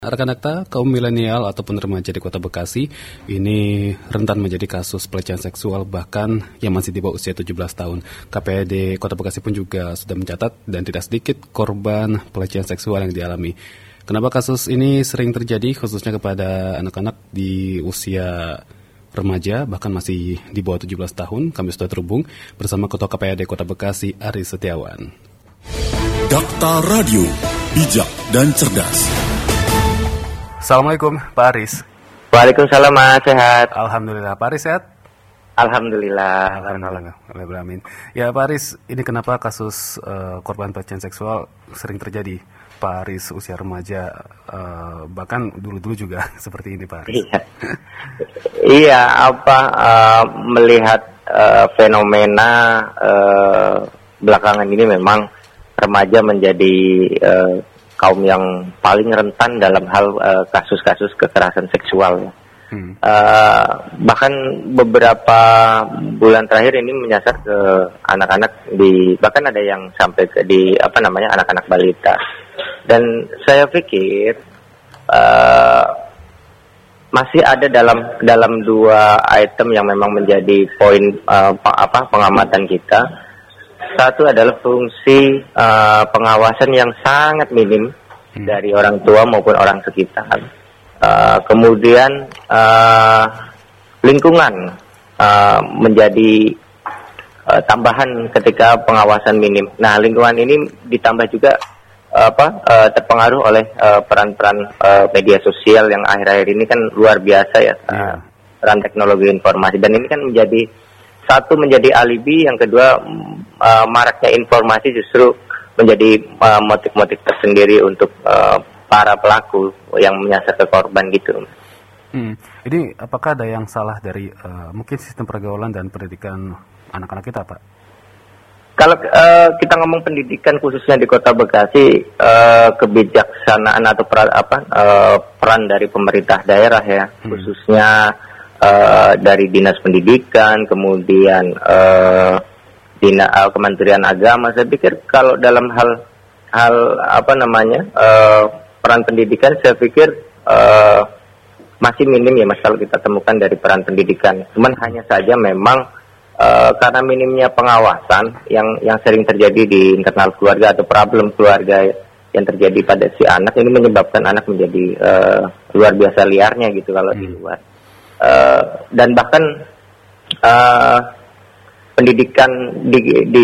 Rekan Akta, kaum milenial ataupun remaja di Kota Bekasi ini rentan menjadi kasus pelecehan seksual bahkan yang masih di bawah usia 17 tahun. KPAD Kota Bekasi pun juga sudah mencatat dan tidak sedikit korban pelecehan seksual yang dialami. Kenapa kasus ini sering terjadi khususnya kepada anak-anak di usia remaja bahkan masih di bawah 17 tahun? Kami sudah terhubung bersama Ketua KPAD Kota Bekasi, Aris Setiawan. Dakta Radio, bijak dan cerdas. Assalamualaikum Pak Aris. Waalaikumsalam Mas, sehat? Alhamdulillah, Pak Aris sehat? Alhamdulillah. Alhamdulillah. Ya Pak Aris, ini kenapa kasus korban pelecehan seksual sering terjadi? Pak Aris usia remaja, bahkan dulu-dulu juga seperti ini Pak Aris. Iya, melihat fenomena belakangan ini memang remaja menjadi kaum yang paling rentan dalam hal kasus-kasus kekerasan seksual. Bahkan beberapa bulan terakhir ini menyasar ke anak-anak bahkan ada yang sampai ke anak-anak balita. Dan saya pikir masih ada dalam dua item yang memang menjadi poin pengamatan kita. Satu adalah fungsi pengawasan yang sangat minim dari orang tua maupun orang sekitar. Kemudian lingkungan menjadi tambahan ketika pengawasan minim. Nah, lingkungan ini ditambah juga terpengaruh oleh peran-peran media sosial yang akhir-akhir ini kan luar biasa ya. Peran teknologi informasi, dan ini kan menjadi alibi, yang kedua maraknya informasi justru menjadi motif-motif tersendiri untuk para pelaku yang menyasar ke korban gitu. Ini apakah ada yang salah dari mungkin sistem pergaulan dan pendidikan anak-anak kita, Pak? Kalau kita ngomong pendidikan khususnya di Kota Bekasi, kebijaksanaan atau peran dari pemerintah daerah ya, khususnya dari Dinas Pendidikan, kemudian Kementerian Agama, saya pikir kalau dalam hal peran pendidikan, saya pikir masih minim ya Mas kalau kita temukan dari peran pendidikan. Cuman hanya saja memang karena minimnya pengawasan yang sering terjadi di internal keluarga atau problem keluarga yang terjadi pada si anak, ini menyebabkan anak menjadi luar biasa liarnya gitu kalau di luar. Dan bahkan pendidikan di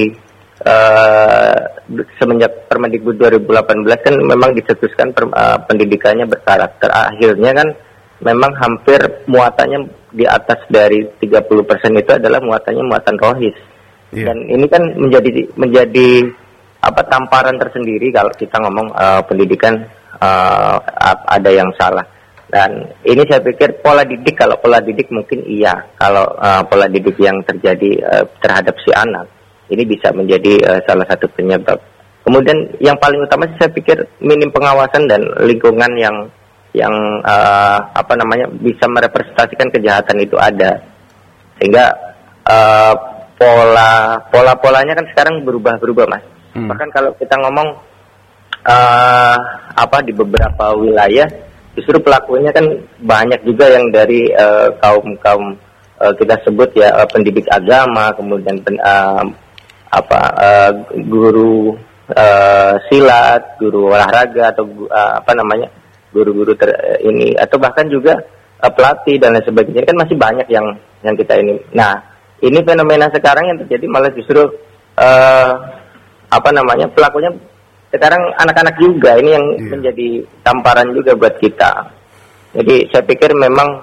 semenjak Permendikbud 2018 kan memang dicetuskan pendidikannya berkarakter. Akhirnya kan memang hampir muatannya di atas dari 30% itu adalah muatan rohis. Dan ini kan menjadi tamparan tersendiri kalau kita ngomong pendidikan ada yang salah. Dan ini saya pikir pola didik mungkin iya, kalau pola didik yang terjadi terhadap si anak ini bisa menjadi salah satu penyebab. Kemudian yang paling utama sih saya pikir minim pengawasan dan lingkungan yang bisa merepresentasikan kejahatan itu ada, sehingga polanya kan sekarang berubah Mas. Bahkan kalau kita ngomong di beberapa wilayah, justru pelakunya kan banyak juga yang dari kaum kita sebut ya pendidik agama, kemudian guru silat, guru olahraga, atau guru-guru ini, atau bahkan juga pelatih dan lain sebagainya, kan masih banyak yang kita ini. Nah, ini fenomena sekarang yang terjadi malah justru pelakunya sekarang anak-anak juga, ini yang menjadi tamparan juga buat kita. Jadi saya pikir memang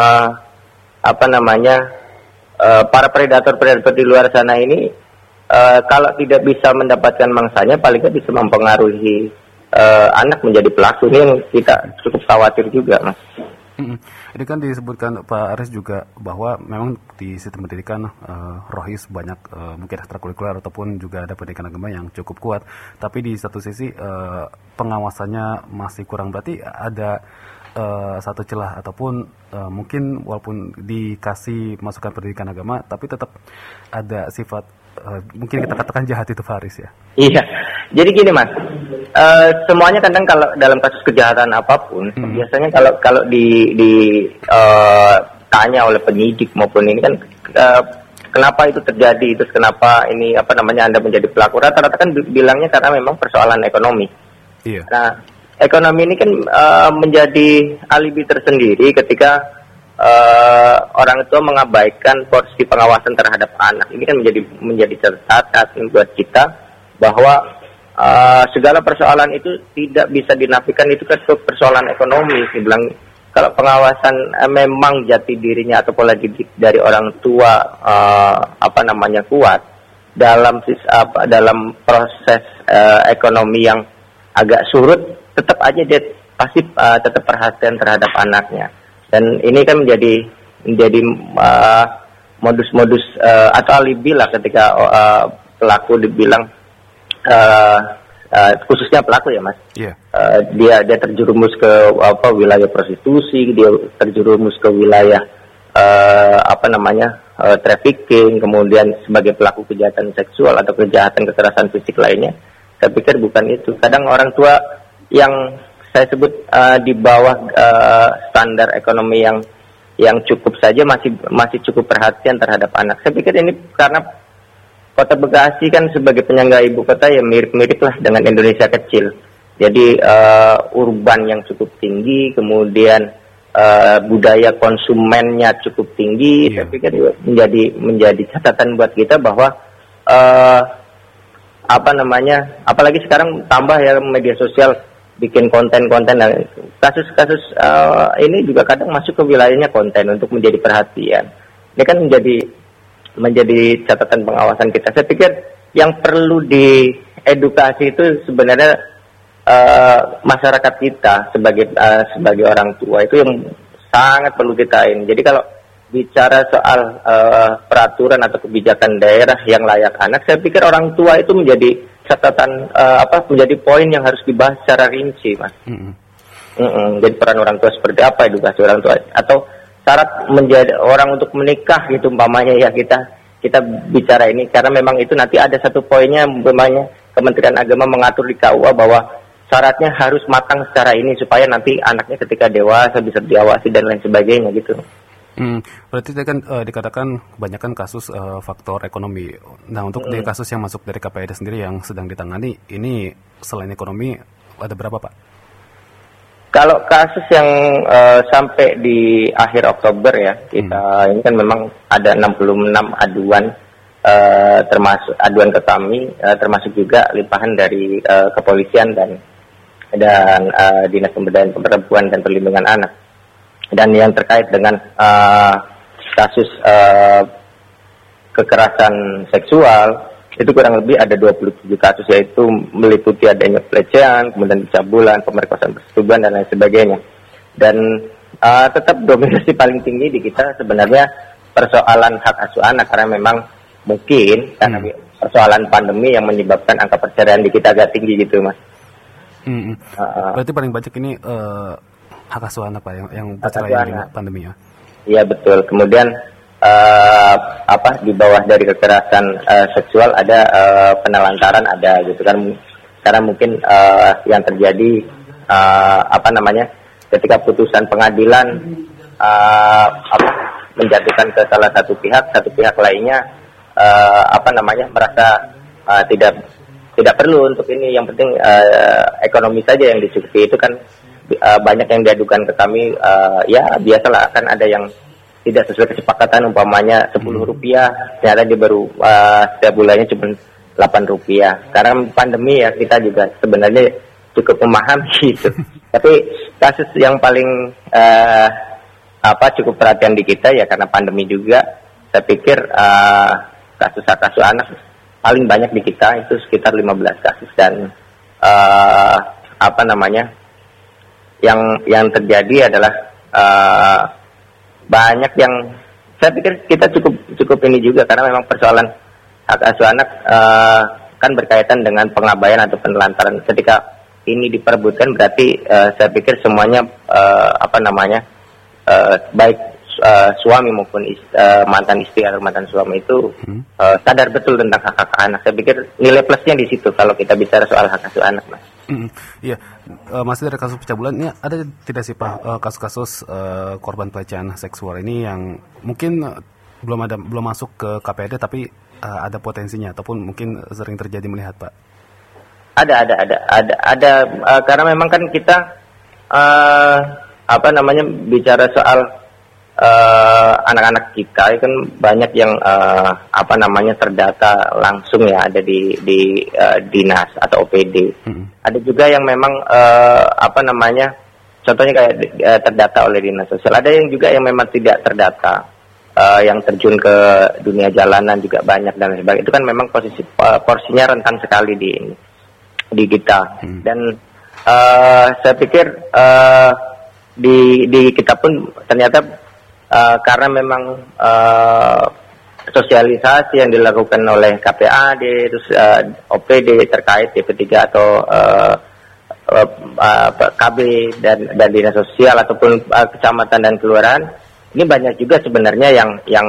para predator di luar sana ini kalau tidak bisa mendapatkan mangsanya, paling tidak bisa mempengaruhi anak menjadi pelaku. Ini yang kita cukup khawatir juga, Mas. Ini kan disebutkan Pak Aris juga bahwa memang di sistem pendidikan rohis banyak mungkin ekstrakurikuler ataupun juga ada pendidikan agama yang cukup kuat. Tapi di satu sisi pengawasannya masih kurang, berarti ada satu celah ataupun mungkin walaupun dikasih masukan pendidikan agama tapi tetap ada sifat mungkin kita katakan jahat itu Pak Aris ya. Iya. Jadi gini Mas, semuanya kadang kalau dalam kasus kejahatan apapun, biasanya kalau tanya oleh penyidik maupun ini kan kenapa itu terjadi, terus kenapa ini Anda menjadi pelaku, rata-rata kan bilangnya karena memang persoalan ekonomi. Iya. Nah, ekonomi ini kan menjadi alibi tersendiri ketika orang tua mengabaikan porsi pengawasan terhadap anak. Ini kan menjadi catatan buat kita bahwa segala persoalan itu tidak bisa dinafikan itu kan persoalan ekonomi. Dibilang kalau pengawasan memang jati dirinya atau pola didik dari orang tua kuat dalam proses ekonomi yang agak surut, tetap aja dia pasti tetap perhatian terhadap anaknya. Dan ini kan menjadi modus-modus atau alibi lah ketika pelaku dibilang khususnya pelaku ya Mas. Yeah. Dia terjerumus ke wilayah prostitusi, dia terjerumus ke wilayah trafficking, kemudian sebagai pelaku kejahatan seksual atau kejahatan kekerasan fisik lainnya. Saya pikir bukan itu. Kadang orang tua yang saya sebut di bawah standar ekonomi yang cukup saja masih cukup perhatian terhadap anak. Saya pikir ini karena Kota Bekasi kan sebagai penyangga ibu kota ya mirip-mirip lah dengan Indonesia kecil. Jadi urban yang cukup tinggi, kemudian budaya konsumennya cukup tinggi. Yeah. Saya pikir menjadi catatan buat kita bahwa apalagi sekarang tambah ya media sosial bikin konten-konten, kasus-kasus ini juga kadang masuk ke wilayahnya konten untuk menjadi perhatian. Ini kan menjadi catatan pengawasan kita. Saya pikir yang perlu diedukasi itu sebenarnya masyarakat kita sebagai orang tua itu yang sangat perlu kita ini. Jadi kalau bicara soal peraturan atau kebijakan daerah yang layak anak, saya pikir orang tua itu menjadi catatan menjadi poin yang harus dibahas secara rinci, Mas. Jadi peran orang tua seperti apa, edukasi orang tua, atau syarat menjadi orang untuk menikah gitu umpamanya ya, kita bicara ini karena memang itu nanti ada satu poinnya umpamanya Kementerian Agama mengatur di KUA bahwa syaratnya harus matang secara ini supaya nanti anaknya ketika dewasa bisa diawasi dan lain sebagainya gitu. Berarti kan dikatakan kebanyakan kasus faktor ekonomi. Nah, untuk di kasus yang masuk dari KPID sendiri yang sedang ditangani, ini selain ekonomi ada berapa, Pak? Kalau kasus yang sampai di akhir Oktober ya, kita ini kan memang ada 66 aduan, termasuk aduan ke kami, termasuk juga limpahan dari kepolisian dan Dinas Pemberdayaan Perempuan dan Perlindungan Anak. Dan yang terkait dengan kasus kekerasan seksual itu kurang lebih ada 27 kasus, yaitu meliputi adanya pelecehan, kemudian pencabulan, pemerkosaan persetubuhan dan lain sebagainya. Dan tetap dominasi paling tinggi di kita sebenarnya persoalan hak asuh anak, karena memang mungkin karena persoalan pandemi yang menyebabkan angka perceraian di kita agak tinggi gitu, Mas. Berarti paling banyak ini hak asuh anak, Pak, yang bercerai di pandemi ya? Iya betul. Kemudian di bawah dari kekerasan seksual ada penelantaran ada gitu kan, karena mungkin yang terjadi ketika putusan pengadilan menjatuhkan ke salah satu pihak lainnya merasa tidak perlu untuk ini, yang penting ekonomi saja yang dicukupi. Itu kan banyak yang diadukan ke kami, ya biasalah kan ada yang tidak sesuai kesepakatan, umpamanya Rp10, ternyata dia baru setiap bulannya cuma Rp8. Karena pandemi ya kita juga sebenarnya cukup memahami gitu. Tapi kasus yang paling cukup perhatian di kita ya karena pandemi juga, saya pikir kasus hak asuh anak paling banyak di kita itu sekitar 15 kasus. Dan yang terjadi adalah banyak yang saya pikir kita cukup ini juga, karena memang persoalan hak asuh anak kan berkaitan dengan pengabaian atau penelantaran. Ketika ini diperebutkan berarti saya pikir semuanya baik suami maupun mantan istri atau mantan suami itu sadar betul tentang hak anak. Saya pikir nilai plusnya di situ kalau kita bicara soal hak asuh anak, Mas. Iya, masih dari kasus pencabulan ini ada tidak sih Pak kasus-kasus korban pelecehan seksual ini yang mungkin belum masuk ke KPD tapi ada potensinya ataupun mungkin sering terjadi melihat Pak? Ada karena memang kan kita bicara soal anak-anak kita kan banyak yang terdata langsung ya, ada di dinas atau OPD. Ada juga yang memang contohnya kayak terdata oleh dinas sosial. Ada yang juga yang memang tidak terdata, yang terjun ke dunia jalanan juga banyak dan sebagainya. Itu kan memang porsinya rentan sekali di kita. Dan saya pikir di kita pun ternyata karena memang sosialisasi yang dilakukan oleh KPAD, terus OPD terkait DP3 atau KB dan dinas sosial ataupun kecamatan dan kelurahan, ini banyak juga sebenarnya yang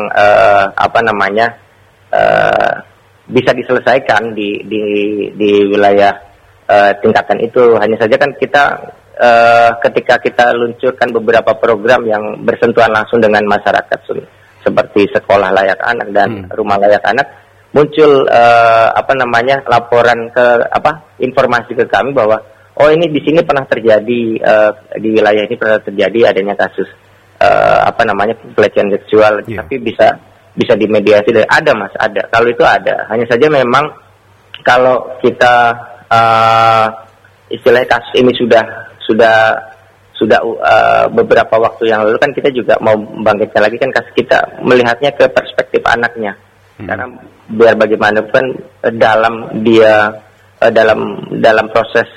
bisa diselesaikan di wilayah tingkatan itu. Hanya saja kan kita ketika kita luncurkan beberapa program yang bersentuhan langsung dengan masyarakat seperti sekolah layak anak dan rumah layak anak, muncul laporan informasi ke kami bahwa ini di sini pernah terjadi, di wilayah ini pernah terjadi adanya kasus pelecehan seksual, tapi bisa dimediasi. Ada Mas, ada. Kalau itu ada. Hanya saja memang kalau kita istilahnya kasus ini sudah beberapa waktu yang lalu kan kita juga mau membangkitkan lagi kan kasus kita melihatnya ke perspektif anaknya. Karena biar bagaimanapun dalam proses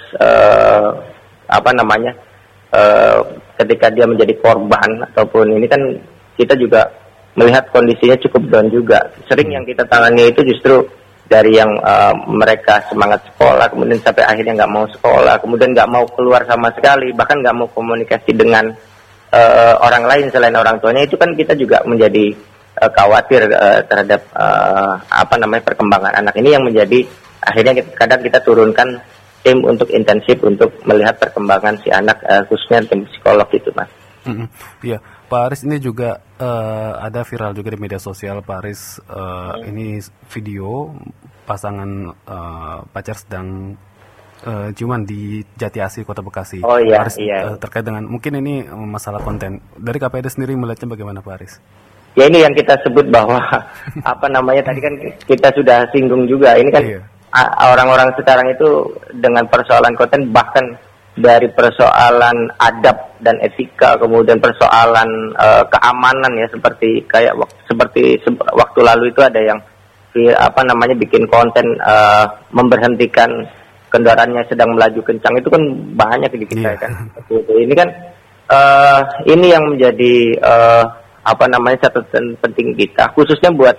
ketika dia menjadi korban ataupun ini kan kita juga melihat kondisinya cukup down juga. Sering yang kita tangani itu justru dari yang mereka semangat sekolah, kemudian sampai akhirnya nggak mau sekolah, kemudian nggak mau keluar sama sekali, bahkan nggak mau komunikasi dengan orang lain selain orang tuanya. Itu kan kita juga menjadi khawatir terhadap perkembangan anak ini, yang menjadi akhirnya kadang kita turunkan tim untuk intensif untuk melihat perkembangan si anak, khususnya tim psikolog itu, Mas. Iya, Pak Aris, ini juga ada viral juga di media sosial, Pak Aris. Ini video pasangan pacar sedang ciuman di Jati Asih, Kota Bekasi. Oh iya, Pak Aris, iya. Terkait dengan mungkin ini masalah konten. Dari KPD sendiri melihatnya bagaimana, Pak Aris? Ya, ini yang kita sebut bahwa tadi kan kita sudah singgung juga. Ini kan orang-orang sekarang itu dengan persoalan konten, bahkan dari persoalan adab dan etika, kemudian persoalan keamanan ya, seperti waktu lalu itu ada yang bikin konten memberhentikan kendaraannya sedang melaju kencang. Itu kan banyak di kita kan. Ini kan ini yang menjadi catatan penting kita, khususnya buat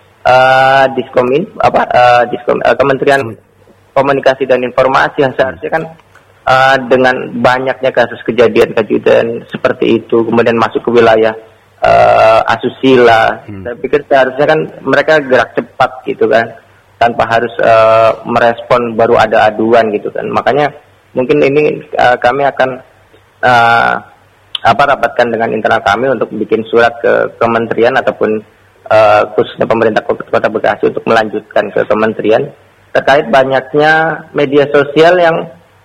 Kementerian Komunikasi dan Informasi, yang seharusnya kan dengan banyaknya kasus kejadian seperti itu kemudian masuk ke wilayah asusila, saya pikir seharusnya kan mereka gerak cepat gitu kan, tanpa harus merespon baru ada aduan gitu kan. Makanya mungkin ini kami akan rapatkan dengan internal kami untuk bikin surat ke kementerian ataupun khususnya pemerintah Kota Bekasi untuk melanjutkan ke kementerian terkait banyaknya media sosial yang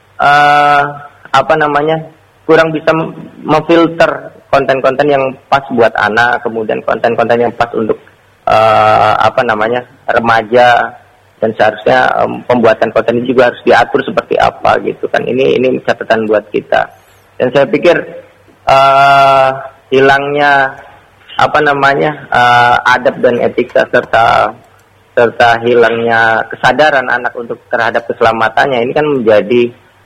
kurang bisa memfilter konten-konten yang pas buat anak, kemudian konten-konten yang pas untuk remaja, dan seharusnya pembuatan konten ini juga harus diatur seperti apa gitu kan. Ini catatan buat kita, dan saya pikir hilangnya adab dan etika serta hilangnya kesadaran anak untuk terhadap keselamatannya ini kan menjadi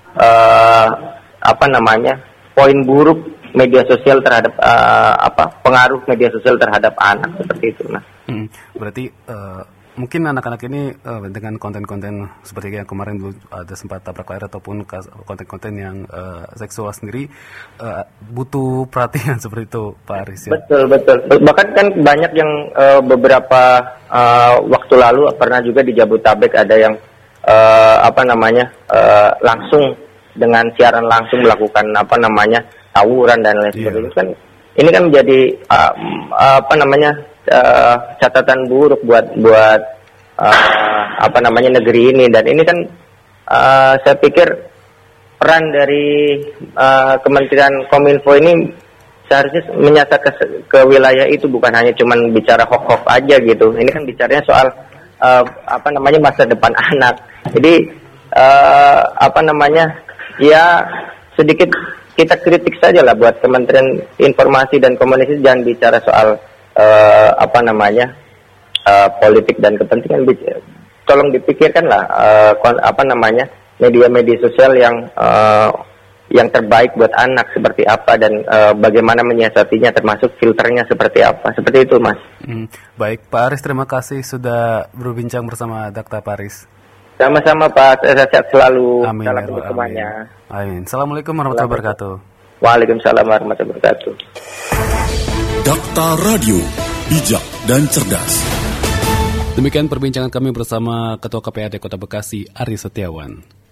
poin buruk media sosial terhadap pengaruh media sosial terhadap anak seperti itu. Nah, berarti mungkin anak-anak ini dengan konten-konten seperti yang kemarin dulu ada sempat tabrak layar ataupun konten-konten yang seksual sendiri butuh perhatian seperti itu, Pak Aris ya. Betul. Bahkan kan banyak yang beberapa waktu lalu pernah juga di Jabodetabek ada yang langsung dengan siaran langsung melakukan tawuran dan lain sebagainya kan ini kan menjadi catatan buruk buat negeri ini, dan ini kan saya pikir peran dari Kementerian Kominfo ini seharusnya menyasar ke wilayah itu, bukan hanya cuman bicara hoax aja gitu. Ini kan bicaranya soal masa depan anak. Jadi ya sedikit kita kritik saja lah buat Kementerian Informasi dan Komunikasi, jangan bicara soal politik dan kepentingan. Tolong dipikirkan lah media-media sosial yang terbaik buat anak seperti apa, dan bagaimana menyiasatinya, termasuk filternya seperti apa. Seperti itu, Mas. Baik, Pak Aris, terima kasih sudah berbincang bersama Dr. Paris. Sama-sama, Pak. Sehat selalu. Amin. Salam untuk semuanya. Amin. Assalamualaikum warahmatullahi wabarakatuh. Waalaikumsalam warahmatullahi wabarakatuh. Dakta Radio, bijak dan cerdas. Demikian perbincangan kami bersama Ketua KPAD Kota Bekasi, Aris Setiawan.